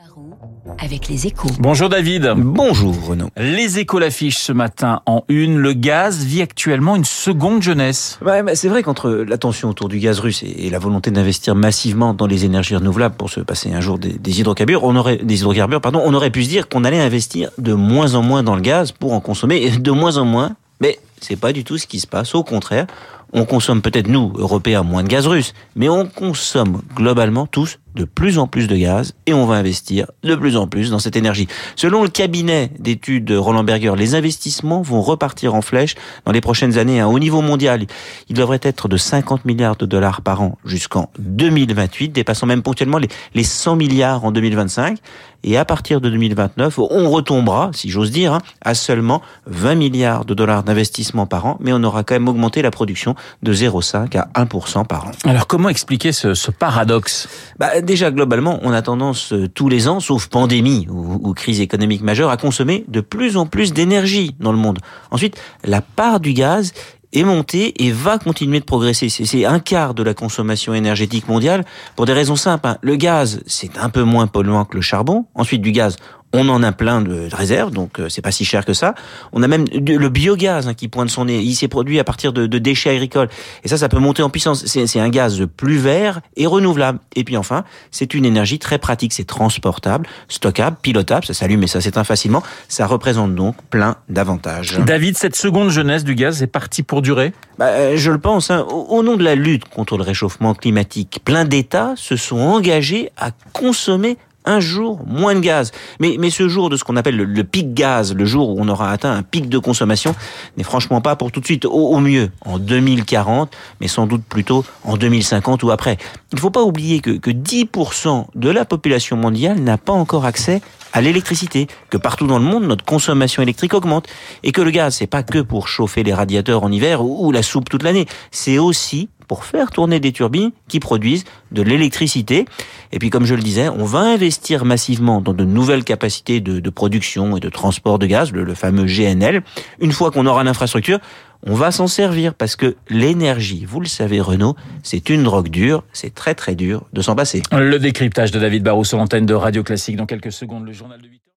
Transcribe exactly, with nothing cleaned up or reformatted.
Barraud avec les Échos. Bonjour David. Bonjour Renaud. Les Échos l'affichent ce matin en une. Le gaz vit actuellement une seconde jeunesse. Ouais, bah c'est vrai qu'entre l'attention autour du gaz russe et la volonté d'investir massivement dans les énergies renouvelables pour se passer un jour des, des hydrocarbures, on aurait des hydrocarbures, pardon, on aurait pu se dire qu'on allait investir de moins en moins dans le gaz pour en consommer de moins en moins. Mais c'est pas du tout ce qui se passe. Au contraire, on consomme peut-être nous, Européens, moins de gaz russe, mais on consomme globalement tous de plus en plus de gaz et on va investir de plus en plus dans cette énergie. Selon le cabinet d'études Roland Berger, les investissements vont repartir en flèche dans les prochaines années. Au niveau mondial, il devrait être de cinquante milliards de dollars par an jusqu'en deux mille vingt-huit, dépassant même ponctuellement les, les cent milliards en deux mille vingt-cinq. Et à partir de deux mille vingt-neuf, on retombera, si j'ose dire, hein, à seulement vingt milliards de dollars d'investissement par an, mais on aura quand même augmenté la production de zéro virgule cinq à un pour cent par an. Alors comment expliquer ce, ce paradoxe ? Bah, déjà, globalement, on a tendance euh, tous les ans, sauf pandémie ou, ou crise économique majeure, à consommer de plus en plus d'énergie dans le monde. Ensuite, la part du gaz est montée et va continuer de progresser. C'est, c'est un quart de la consommation énergétique mondiale pour des raisons simples. Hein. Le gaz, c'est un peu moins polluant que le charbon. Ensuite, du gaz, on en a plein de réserves, donc euh, c'est pas si cher que ça. On a même le biogaz hein, qui pointe son nez. Il s'est produit à partir de, de déchets agricoles. Et ça, ça peut monter en puissance. C'est, c'est un gaz plus vert et renouvelable. Et puis enfin, c'est une énergie très pratique. C'est transportable, stockable, pilotable. Ça s'allume et ça s'éteint facilement. Ça représente donc plein d'avantages. David, cette seconde jeunesse du gaz est partie pour durer ? Bah, euh, je le pense. Hein. Au, au nom de la lutte contre le réchauffement climatique, plein d'États se sont engagés à consommer un jour moins de gaz. Mais, mais ce jour de ce qu'on appelle le, le pic gaz, le jour où on aura atteint un pic de consommation, n'est franchement pas pour tout de suite. Au, au mieux, en deux mille quarante, mais sans doute plutôt en deux mille cinquante ou après. Il ne faut pas oublier que, que dix pour cent de la population mondiale n'a pas encore accès à l'électricité, que partout dans le monde, notre consommation électrique augmente, et que le gaz, c'est pas que pour chauffer les radiateurs en hiver ou, ou la soupe toute l'année, c'est aussi pour faire tourner des turbines qui produisent de l'électricité. Et puis, comme je le disais, on va investir massivement dans de nouvelles capacités de, de production et de transport de gaz, le, le fameux G N L. Une fois qu'on aura l'infrastructure, on va s'en servir parce que l'énergie, vous le savez Renaud, c'est une drogue dure, c'est très très dur de s'en passer. Le décryptage de David Barraud sur l'antenne de Radio Classique dans quelques secondes, le journal de huit heures.